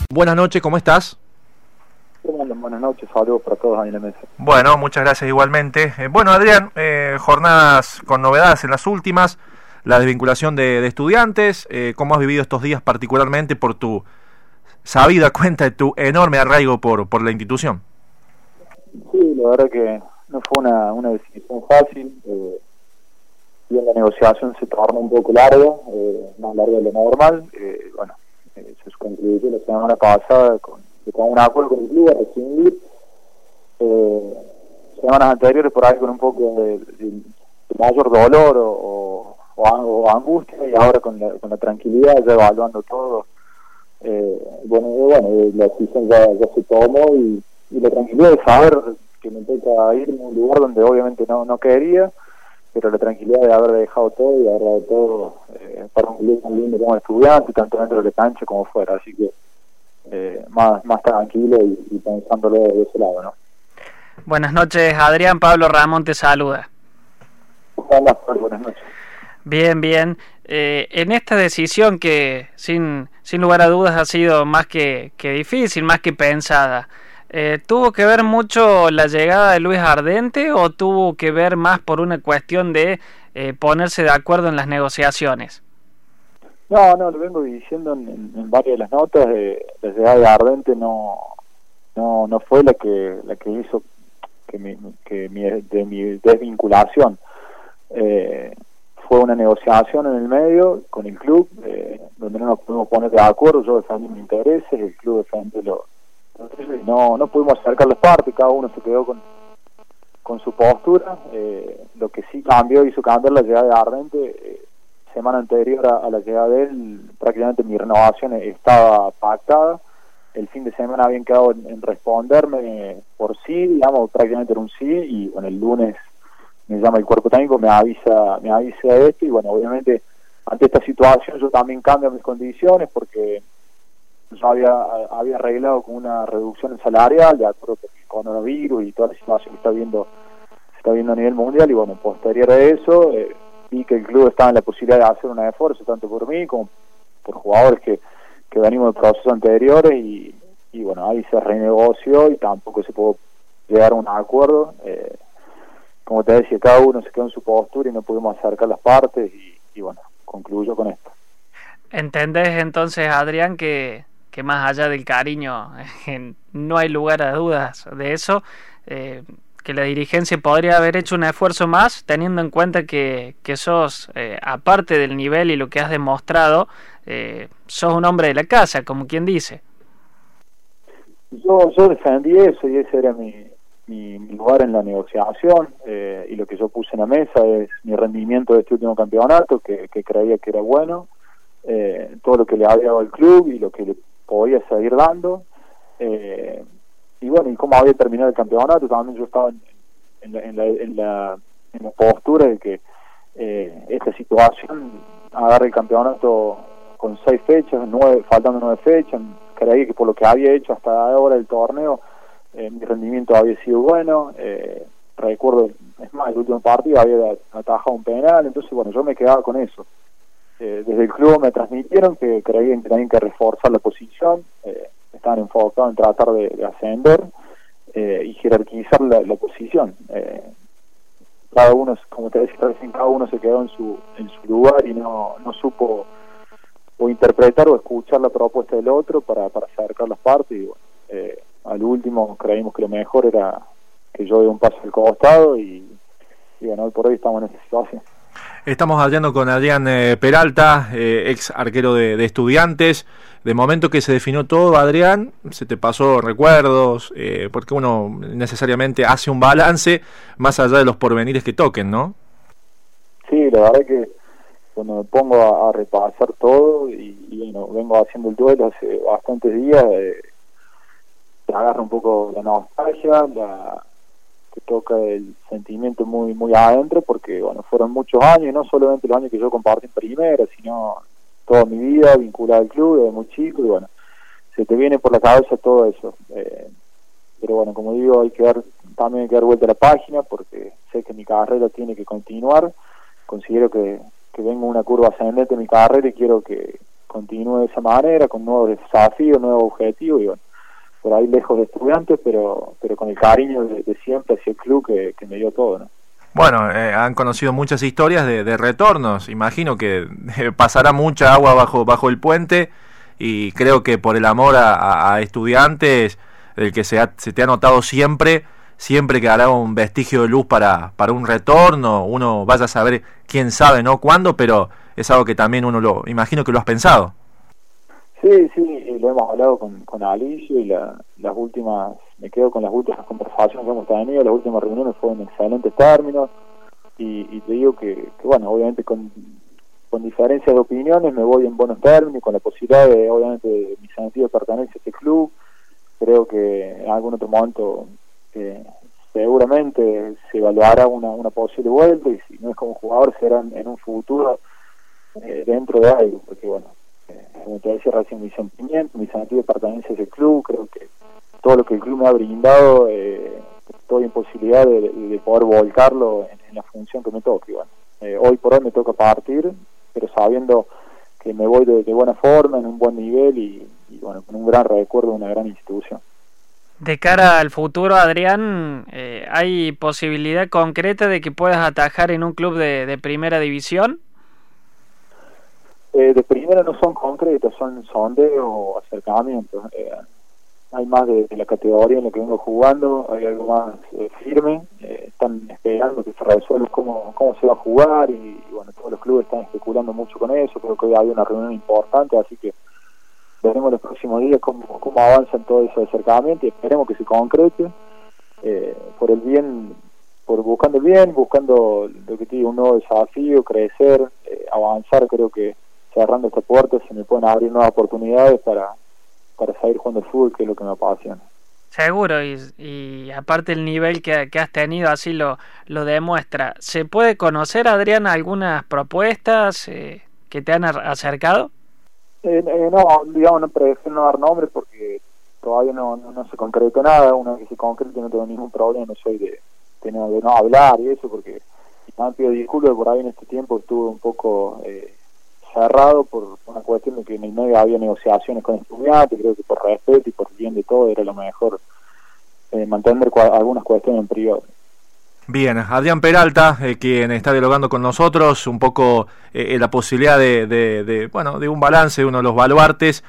Buenas noches, ¿cómo estás? Buenas noches, saludos para todos ahí en la mesa. Bueno, muchas gracias igualmente. Bueno, Adrián, jornadas con novedades en las últimas, la desvinculación de estudiantes, ¿cómo has vivido estos días particularmente por tu sabida cuenta de tu enorme arraigo por la institución? Sí, la verdad que no fue una decisión fácil, bien la negociación se tornó un poco larga, más larga de lo normal, se concluyó la semana pasada con un acuerdo con el club a rescindir. Semanas anteriores por ahí con un poco de mayor dolor o angustia, y ahora con la tranquilidad, ya evaluando todo. La decisión ya se tomó y la tranquilidad de saber que me toca ir a un lugar donde obviamente no quería, pero la tranquilidad de haber dejado todo y haber dado todo para un club tan lindo como Estudiante, tanto dentro de la cancha como fuera, así que más tranquilo y pensándolo de ese lado, ¿no? Buenas noches, Adrián. Pablo Ramón te saluda. Buenas noches. Bien. En esta decisión que sin lugar a dudas ha sido más que difícil, más que pensada, ¿tuvo que ver mucho la llegada de Luis Ardente o tuvo que ver más por una cuestión de ponerse de acuerdo en las negociaciones? No, lo vengo diciendo en varias de las notas. La llegada de Ardente no fue la que hizo mi desvinculación. Fue una negociación en el medio con el club, donde no nos pudimos poner de acuerdo. Yo defendí mis intereses, el club defendió los. No pudimos acercar las partes, cada uno se quedó con su postura. Lo que sí hizo cambiar la llegada de Ardente. Semana anterior a la llegada de él, prácticamente mi renovación estaba pactada. El fin de semana habían quedado en responderme por sí, digamos, prácticamente era un sí, y bueno, el lunes me llama el cuerpo técnico, me avisa de esto, y bueno, obviamente ante esta situación yo también cambio mis condiciones, porque yo había arreglado con una reducción salarial de acuerdo con el coronavirus y toda la situación que se está viendo a nivel mundial, y bueno, posterior a eso vi que el club estaba en la posibilidad de hacer un esfuerzo tanto por mí como por jugadores que venimos de procesos anteriores, y bueno, ahí se renegoció y tampoco se pudo llegar a un acuerdo. Como te decía, cada uno se quedó en su postura y no pudimos acercar las partes, y bueno, concluyo con esto. ¿Entendés entonces, Adrián, que más allá del cariño no hay lugar a dudas de eso? Que la dirigencia podría haber hecho un esfuerzo más, teniendo en cuenta que sos, aparte del nivel y lo que has demostrado, sos un hombre de la casa, como quien dice. Yo defendí eso, y ese era mi lugar en la negociación, y lo que yo puse en la mesa es mi rendimiento de este último campeonato, que creía que era bueno, todo lo que le había dado al club y lo que le podía seguir dando, y bueno, y cómo había terminado el campeonato. También yo estaba en la postura de que esta situación, agarre el campeonato con 6 fechas, faltando 9 fechas, creía que por lo que había hecho hasta ahora el torneo, mi rendimiento había sido bueno. Recuerdo, es más, el último partido había atajado un penal, entonces bueno, yo me quedaba con eso. Desde el club me transmitieron que creían que tenían que reforzar la posición, estaban enfocados en tratar de ascender y jerarquizar la posición. Cada uno, como te decía recién, cada uno se quedó en su lugar y no supo o interpretar o escuchar la propuesta del otro para acercar las partes, y bueno, al último creímos que lo mejor era que yo dé un paso al costado, y bueno, hoy por hoy estamos en esa situación. Estamos hablando con Adrián Peralta, ex arquero de Estudiantes. De momento que se definió todo, Adrián, se te pasó recuerdos, porque uno necesariamente hace un balance más allá de los porvenires que toquen, ¿no? Sí, la verdad que cuando me pongo a repasar todo, y bueno, vengo haciendo el duelo hace bastantes días, te agarra un poco la nostalgia, te toca el sentimiento muy adentro, porque bueno, fueron muchos años, y no solamente los años que yo compartí en primera, sino toda mi vida vinculada al club desde muy chico, y bueno, se te viene por la cabeza todo eso. Pero bueno, como digo, también hay que dar vuelta a la página, porque sé que mi carrera tiene que continuar. Considero que vengo una curva ascendente en mi carrera, y quiero que continúe de esa manera, con nuevos desafíos, nuevos objetivos, y bueno, por ahí lejos de Estudiantes, pero con el cariño de siempre hacia el club que me dio todo, ¿no? Bueno, han conocido muchas historias de retornos. Imagino que pasará mucha agua bajo el puente, y creo que por el amor a Estudiantes, el que se te ha notado siempre quedará un vestigio de luz para un retorno. Uno vaya a saber, quién sabe, ¿no? Cuándo, pero es algo que también imagino que lo has pensado. Sí, lo hemos hablado con Alicio, y las últimas, me quedo con las últimas conversaciones que hemos tenido. Las últimas reuniones fueron en excelentes términos, y te digo que bueno, obviamente con diferencias de opiniones me voy en buenos términos, con la posibilidad de, obviamente, de mi sentido de pertenencia a este club. Creo que en algún otro momento seguramente se evaluará una posible vuelta, y si no es como jugador será en un futuro dentro de algo, porque bueno, como te decía recién, mi sentimiento, mi sentido de pertenencia a ese club, creo que todo lo que el club me ha brindado, estoy en posibilidad de poder volcarlo en la función que me toque. Bueno, hoy por hoy me toca partir, pero sabiendo que me voy de buena forma, en un buen nivel, y bueno, con un gran recuerdo de una gran institución. De cara al futuro, Adrián, ¿hay posibilidad concreta de que puedas atajar en un club de primera división? De primera no son concretos, son sondeos o acercamientos. Hay más de la categoría en la que vengo jugando, hay algo más firme. Están esperando que se resuelva cómo se va a jugar, y bueno, todos los clubes están especulando mucho con eso. Creo que hoy hay una reunión importante, así que veremos los próximos días cómo avanzan todos esos acercamientos, y esperemos que se concrete por el bien, buscando el bien, buscando lo que te digo, un nuevo desafío, crecer, avanzar. Creo que cerrando esta puerta se me pueden abrir nuevas oportunidades para seguir jugando al fútbol, que es lo que me apasiona. Seguro, y aparte el nivel que has tenido así lo demuestra. ¿Se puede conocer, Adrián, algunas propuestas que te han acercado? No, digamos, no prefiero no dar nombres porque todavía no se concretó nada. Una vez que se concrete no tengo ningún problema, no soy de no hablar y eso, porque me pido disculpas, por ahí en este tiempo estuve un poco cerrado por una cuestión de que en el medio había negociaciones con estudiantes. Creo que por respeto y por el bien de todo era lo mejor mantener algunas cuestiones en privado. Bien, Adrián Peralta, quien está dialogando con nosotros, un poco la posibilidad de un balance, de uno de los baluartes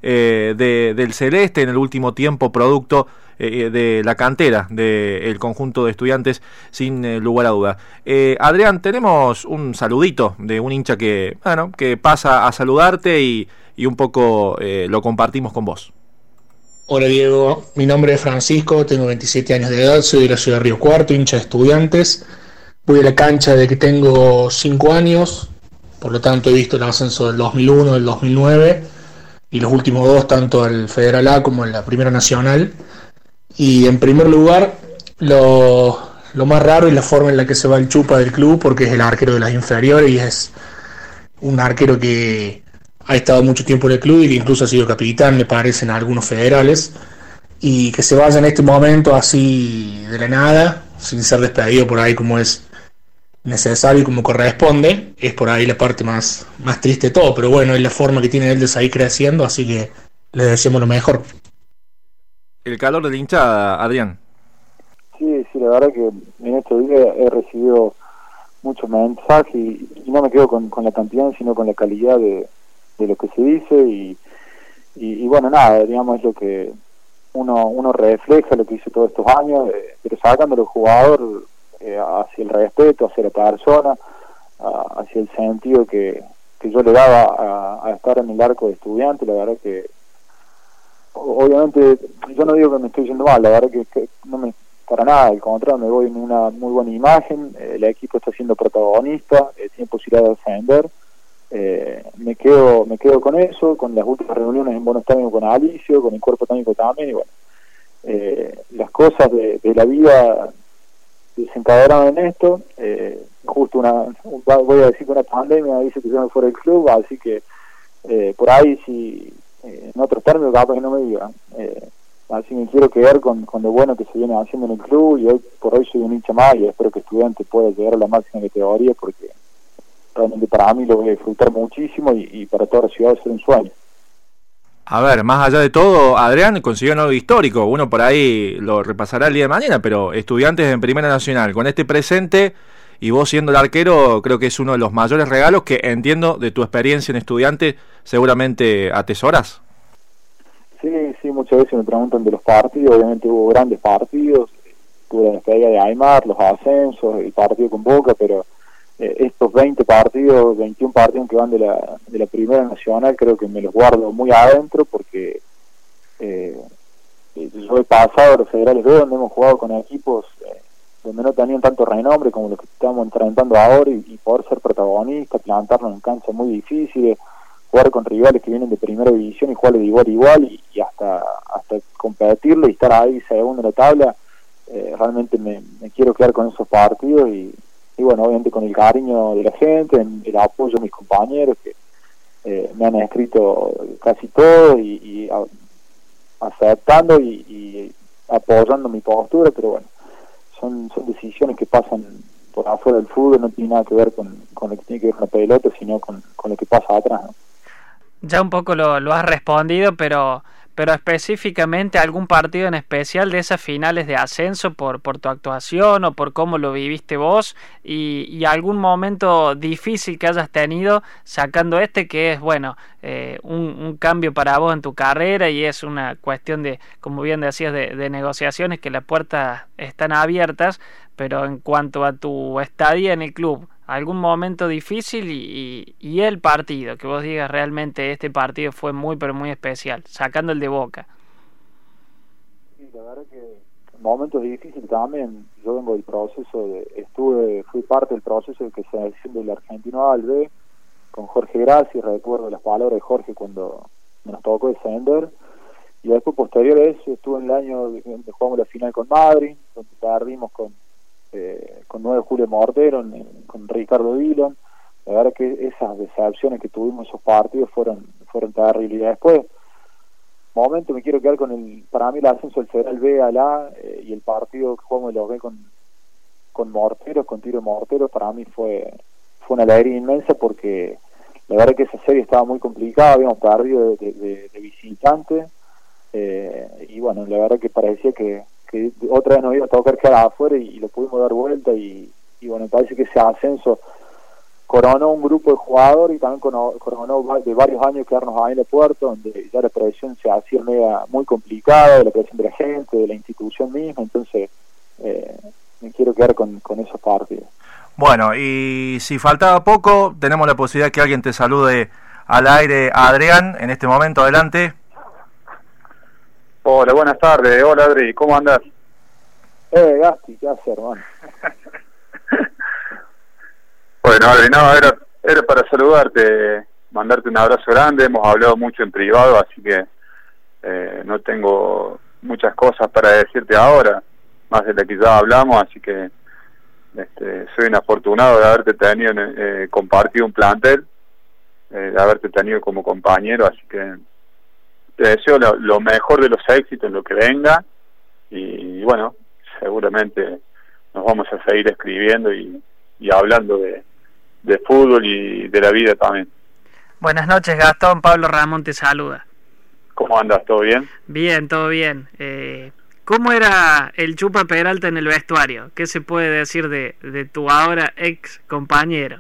del Celeste en el último tiempo, producto de la cantera del conjunto de Estudiantes, sin lugar a duda. Adrián, tenemos un saludito de un hincha que pasa a saludarte, y un poco lo compartimos con vos. Hola Diego, mi nombre es Francisco, tengo 27 años de edad, soy de la ciudad de Río Cuarto, hincha de Estudiantes. Voy a la cancha desde que tengo 5 años, por lo tanto he visto el ascenso del 2001, del 2009 y los últimos dos, tanto al Federal A como en la Primera Nacional. Y en primer lugar, lo más raro es la forma en la que se va el Chupa del club, porque es el arquero de las inferiores y es un arquero que ha estado mucho tiempo en el club y que incluso ha sido capitán, me parece, en algunos federales, y que se vaya en este momento así de la nada, sin ser despedido por ahí como es necesario y como corresponde, es por ahí la parte más triste de todo, pero bueno, es la forma que tiene él de seguir creciendo, así que le deseamos lo mejor. El calor de la hinchada, Adrián. Sí, la verdad que en estos días he recibido muchos mensajes, y no me quedo con la cantidad, sino con la calidad de lo que se dice, y bueno, nada, digamos, es lo que uno refleja lo que hizo todos estos años, pero sacándolo el jugador hacia el respeto, hacia la persona, hacia el sentido que yo le daba a estar en el arco de Estudiantes. La verdad que obviamente yo no digo que me estoy yendo mal, la verdad que no me, para nada, al contrario, me voy en una muy buena imagen. El equipo está siendo protagonista, tiene posibilidad de ascender. Me quedo con eso, con las últimas reuniones en buenos términos con Alicio, con el cuerpo técnico también, y bueno, las cosas de la vida desencadenaron en esto. Justo voy a decir que una pandemia dice que yo me fuera del club, así que por ahí si en otros términos capaz que no me diga, así me quiero quedar con lo bueno que se viene haciendo en el club, y hoy por hoy soy un hincha más, y espero que Estudiantes pueda llegar a la máxima categoría, porque realmente para mí lo voy a disfrutar muchísimo y para toda la ciudad va a ser un sueño. A ver, más allá de todo, Adrián consiguió algo histórico. Uno por ahí lo repasará el día de mañana, pero Estudiantes en Primera Nacional, con este presente y vos siendo el arquero, creo que es uno de los mayores regalos que entiendo de tu experiencia en Estudiantes, seguramente atesoras. Sí, muchas veces me preguntan de los partidos. Obviamente hubo grandes partidos, tuve la despedida de Aymar, los ascensos, el partido con Boca, pero estos 20 partidos, 21 partidos que van de la Primera Nacional, creo que me los guardo muy adentro porque yo he pasado a los Federales B, donde hemos jugado con equipos donde no tenían tanto renombre como los que estamos enfrentando ahora, y poder ser protagonistas, plantarnos en canchas muy difíciles, jugar con rivales que vienen de primera división y jugarle de igual a igual y hasta competirle y estar ahí segundo en la tabla. Realmente me quiero quedar con esos partidos y bueno, obviamente con el cariño de la gente, el apoyo de mis compañeros que me han escrito casi todo y aceptando y apoyando mi postura, pero bueno, son decisiones que pasan por afuera del fútbol, no tiene nada que ver con lo que tiene que ver con la pelota, sino con lo que pasa atrás, ¿no? Ya un poco lo has respondido, pero específicamente algún partido en especial de esas finales de ascenso por tu actuación o por cómo lo viviste vos y algún momento difícil que hayas tenido sacando que es, bueno, un cambio para vos en tu carrera y es una cuestión de, como bien decías, de negociaciones, que las puertas están abiertas, pero en cuanto a tu estadía en el club, algún momento difícil y el partido, que vos digas realmente este partido fue muy pero muy especial, sacando el de Boca. Sí, la verdad que momentos difíciles también. Yo vengo del proceso fui parte del proceso de que se haciendo el Argentino A al B con Jorge Graci. Recuerdo las palabras de Jorge cuando nos tocó descender, y después posterior a eso estuve en el año donde jugamos la final con Madrid, donde perdimos con 9 de Julio Mortero, con Ricardo Dillon. La verdad que esas decepciones que tuvimos esos partidos fueron terribles. Y después, momento, me quiero quedar para mí el ascenso del Federal B al A, y el partido que jugamos los B con Morteros, con Tiro Mortero, para mí fue una alegría inmensa, porque la verdad que esa serie estaba muy complicada, habíamos perdido de visitante, y bueno, la verdad que parecía que otra vez nos iba a tocar quedar afuera y lo pudimos dar vuelta y bueno, me parece que ese ascenso coronó un grupo de jugadores y también coronó de varios años quedarnos ahí en la puerta, donde ya la presión se hacía muy complicada, de la presión de la gente, de la institución misma. Entonces me quiero quedar con esos partidos. Bueno, y si faltaba poco, tenemos la posibilidad que alguien te salude al aire. Adrián, en este momento, adelante. Hola, buenas tardes. Hola, Adri, ¿cómo andás? Gasti, ¿qué haces, hermano? Bueno, Adri, no, era para saludarte, mandarte un abrazo grande. Hemos hablado mucho en privado, así que no tengo muchas cosas para decirte ahora, más de la que ya hablamos, así que soy un afortunado de haberte tenido compartido un plantel, de haberte tenido como compañero, así que te deseo lo mejor de los éxitos en lo que venga y bueno, seguramente nos vamos a seguir escribiendo y hablando de fútbol y de la vida también. Buenas noches, Gastón. Pablo Ramón te saluda. ¿Cómo andas? ¿Todo bien? Bien, todo bien. ¿Cómo era el Chupa Peralta en el vestuario? ¿Qué se puede decir de tu ahora ex compañero?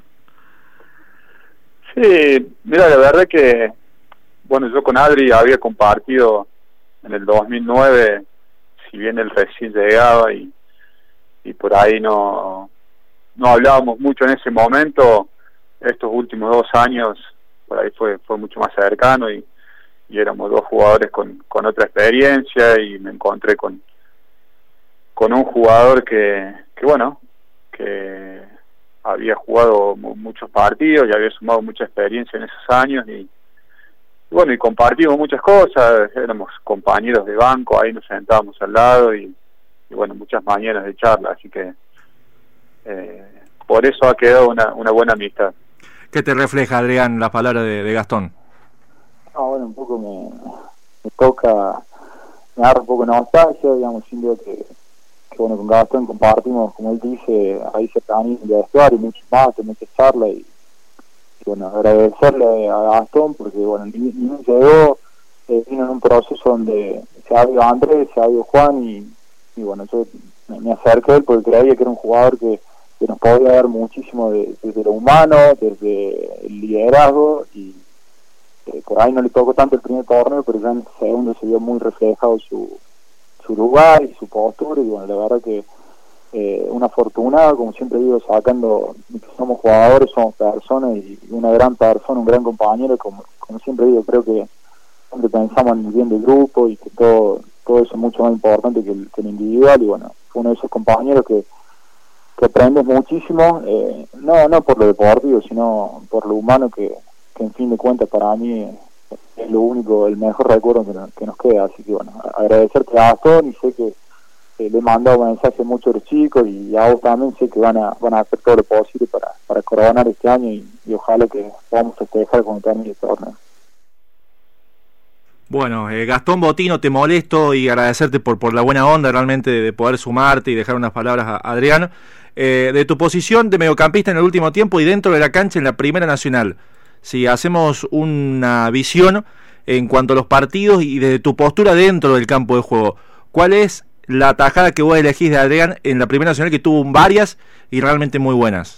Sí, mira, la verdad que bueno, yo con Adri había compartido en el 2009, si bien él recién llegaba y por ahí no hablábamos mucho en ese momento. Estos últimos 2 años por ahí fue mucho más cercano y éramos 2 jugadores con otra experiencia, y me encontré con un jugador que había jugado muchos partidos y había sumado mucha experiencia en esos años y bueno, y compartimos muchas cosas, éramos compañeros de banco, ahí nos sentábamos al lado y bueno, muchas mañanas de charla, así que por eso ha quedado una buena amistad. ¿Qué te refleja, Adrián, las palabras de Gastón? Bueno, un poco me toca, me agarra un poco de nostalgia, digamos, sin duda que bueno, con Gastón compartimos, como él dice, ahí cercanía de vestuario, muchos mates, muchas charlas bueno, agradecerle a Gastón porque bueno, ni llegó, vino en un proceso donde se ha ido Andrés, se ha ido Juan y bueno, yo me acerqué a él porque creía que era un jugador que nos podía dar muchísimo desde lo humano, desde el liderazgo y por ahí no le tocó tanto el primer torneo, pero ya en el segundo se vio muy reflejado su lugar y su postura y bueno, la verdad que una fortuna, como siempre digo, sacando que somos jugadores, somos personas y una gran persona, un gran compañero, como siempre digo, creo que siempre pensamos en el bien del grupo y que todo eso es mucho más importante que el individual y bueno, fue uno de esos compañeros que aprendes muchísimo, no por lo deportivo, sino por lo humano que en fin de cuentas para mí es lo único, el mejor recuerdo que nos queda, así que bueno, agradecerte a Gastón y sé que le he mandado mensajes a muchos de los chicos y a vos también sé que van a hacer todo lo posible para coronar este año y ojalá que podamos festejar con termine el torneo. Bueno, Gastón Botino, te molesto y agradecerte por la buena onda realmente de poder sumarte y dejar unas palabras a Adrián. De tu posición de mediocampista en el último tiempo y dentro de la cancha en la Primera Nacional, si hacemos una visión en cuanto a los partidos y desde tu postura dentro del campo de juego, ¿cuál es la tajada que vos elegís de Adrián en la Primera Nacional, que tuvo varias y realmente muy buenas?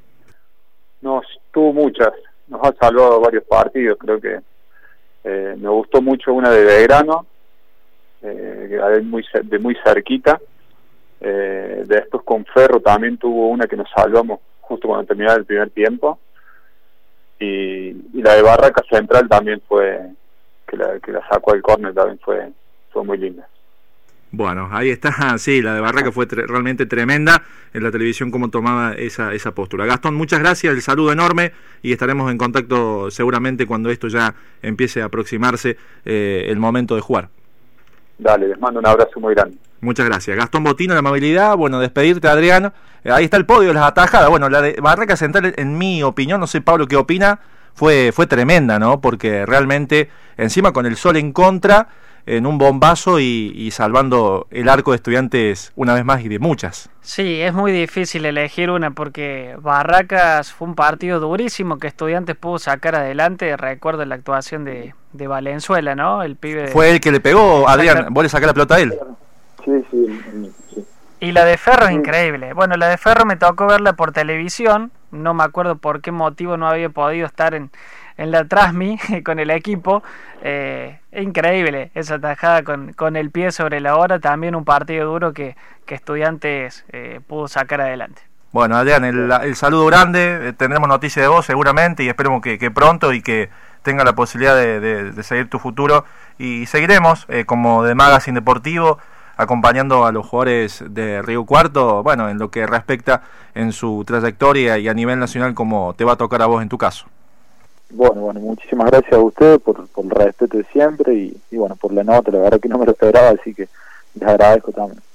Tuvo muchas, nos ha salvado varios partidos, creo que me gustó mucho una de Belgrano, de muy cerquita, después con Ferro también tuvo una que nos salvamos justo cuando terminaba el primer tiempo, y la de Barraca Central también fue, que la sacó al córner, también fue muy linda. Bueno, ahí está, sí, la de Barraca fue realmente tremenda en la televisión cómo tomaba esa postura. Gastón, muchas gracias, el saludo enorme y estaremos en contacto seguramente cuando esto ya empiece a aproximarse el momento de jugar. Dale, les mando un abrazo muy grande. Muchas gracias. Gastón Botino, la amabilidad, bueno, despedirte, Adrián. Ahí está el podio, las atajadas. Bueno, la de Barraca Central, en mi opinión, no sé, Pablo, qué opina, fue tremenda, ¿no? Porque realmente, encima con el sol en contra, en un bombazo y salvando el arco de Estudiantes una vez más y de muchas. Sí, es muy difícil elegir una porque Barracas fue un partido durísimo que Estudiantes pudo sacar adelante. Recuerdo la actuación de Valenzuela, ¿no? El pibe. Fue el que le pegó, Adrián, vos le sacás la pelota a él. Sí. Y la de Ferro es increíble. Bueno, la de Ferro me tocó verla por televisión. No me acuerdo por qué motivo no había podido estar en la Transmi con el equipo. Increíble esa tajada con el pie sobre la hora. También un partido duro que Estudiantes pudo sacar adelante. Bueno, Adrián, el saludo grande. Tendremos noticia de vos seguramente y esperemos que pronto y que tenga la posibilidad de seguir tu futuro. Y seguiremos como de Magazine Deportivo acompañando a los jugadores de Río Cuarto, bueno, en lo que respecta en su trayectoria y a nivel nacional como te va a tocar a vos en tu caso. Bueno, muchísimas gracias a usted por el respeto de siempre y bueno, por la nota, la verdad que no me lo esperaba, así que les agradezco también.